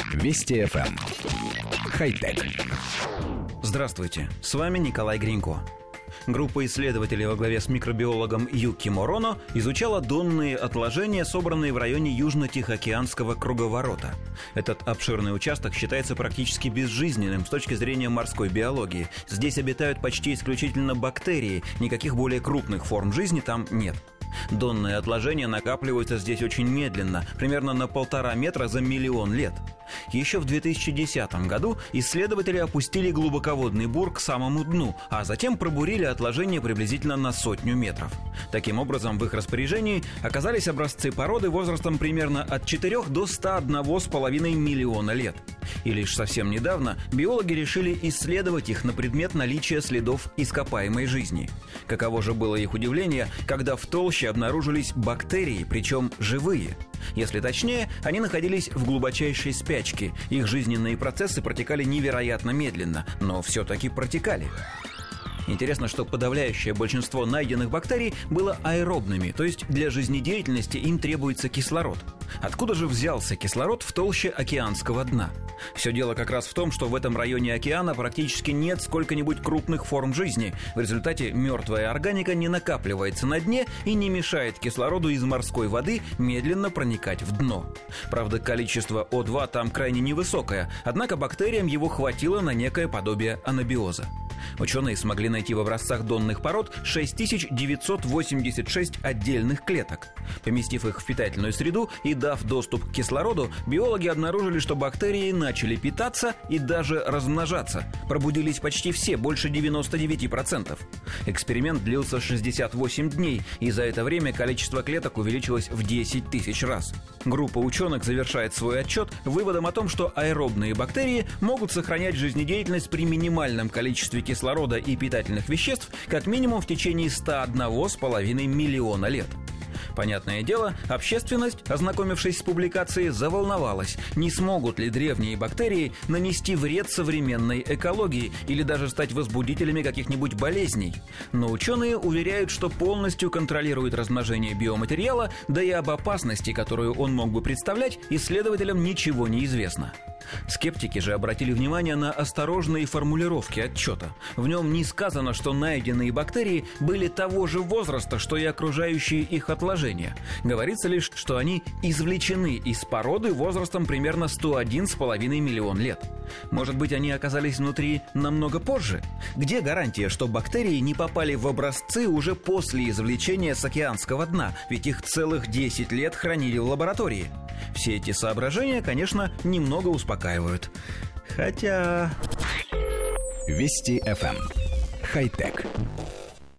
Вести ФМ. Хай-тек. Здравствуйте, с вами Николай Гринько. Группа исследователей во главе с микробиологом Юки Мороно изучала донные отложения, собранные в районе Южно-Тихоокеанского круговорота. Этот обширный участок считается практически безжизненным с точки зрения морской биологии. Здесь обитают почти исключительно бактерии, никаких более крупных форм жизни там нет. Донные отложения накапливаются здесь очень медленно, примерно на 1,5 метра за миллион лет. Еще в 2010 году исследователи опустили глубоководный бур к самому дну, а затем пробурили отложения приблизительно на 100 метров. Таким образом, в их распоряжении оказались образцы породы возрастом примерно от 4 до 101,5 миллиона лет. И лишь совсем недавно биологи решили исследовать их на предмет наличия следов ископаемой жизни. Каково же было их удивление, когда в толще обнаружились бактерии, причем живые. Если точнее, они находились в глубочайшей спячке. Их жизненные процессы протекали невероятно медленно, но все-таки протекали. Интересно, что подавляющее большинство найденных бактерий было аэробными, то есть для жизнедеятельности им требуется кислород. Откуда же взялся кислород в толще океанского дна? Все дело как раз в том, что в этом районе океана практически нет сколько-нибудь крупных форм жизни. В результате мертвая органика не накапливается на дне и не мешает кислороду из морской воды медленно проникать в дно. Правда, количество О2 там крайне невысокое, однако бактериям его хватило на некое подобие анабиоза. Ученые смогли найти в образцах донных пород 6986 отдельных клеток. Поместив их в питательную среду и дав доступ к кислороду, биологи обнаружили, что бактерии начали питаться и даже размножаться. Пробудились почти все, больше 99%. Эксперимент длился 68 дней, и за это время количество клеток увеличилось в 10 тысяч раз. Группа ученых завершает свой отчет выводом о том, что аэробные бактерии могут сохранять жизнедеятельность при минимальном количестве кислорода и питательных веществ как минимум в течение 101,5 миллиона лет. Понятное дело, общественность, ознакомившись с публикацией, заволновалась, не смогут ли древние бактерии нанести вред современной экологии или даже стать возбудителями каких-нибудь болезней. Но ученые уверяют, что полностью контролируют размножение биоматериала, да и об опасности, которую он мог бы представлять, исследователям ничего не известно. Скептики же обратили внимание на осторожные формулировки отчета. В нем не сказано, что найденные бактерии были того же возраста, что и окружающие их отложения. Говорится лишь, что они извлечены из породы возрастом примерно 101,5 миллион лет. Может быть, они оказались внутри намного позже? Где гарантия, что бактерии не попали в образцы уже после извлечения с океанского дна? Ведь их целых 10 лет хранили в лаборатории. Все эти соображения, конечно, немного успокаивают. Хотя... Вести ФМ. Хай-тек.